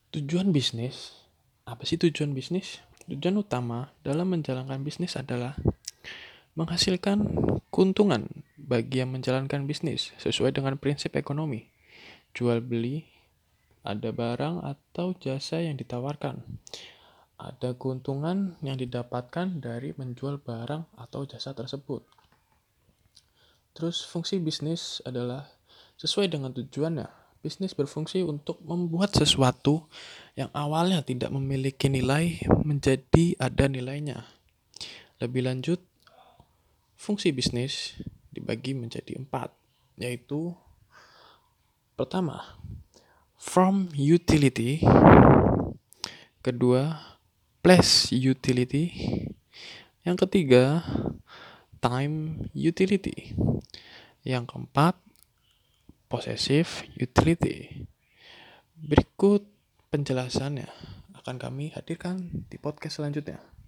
Tujuan bisnis. Apa sih tujuan bisnis? Tujuan utama dalam menjalankan bisnis adalah menghasilkan keuntungan bagi yang menjalankan bisnis sesuai dengan prinsip ekonomi. Jual beli, ada barang atau jasa yang ditawarkan. Ada keuntungan yang didapatkan dari menjual barang atau jasa tersebut. Terus fungsi bisnis adalah sesuai dengan tujuannya. Bisnis berfungsi untuk membuat sesuatu yang awalnya tidak memiliki nilai menjadi ada nilainya. Lebih lanjut, fungsi bisnis dibagi menjadi 4, yaitu pertama, from utility, kedua, place utility, yang ketiga, time utility, yang keempat, possessive utility. Berikut penjelasannya akan kami hadirkan di podcast selanjutnya.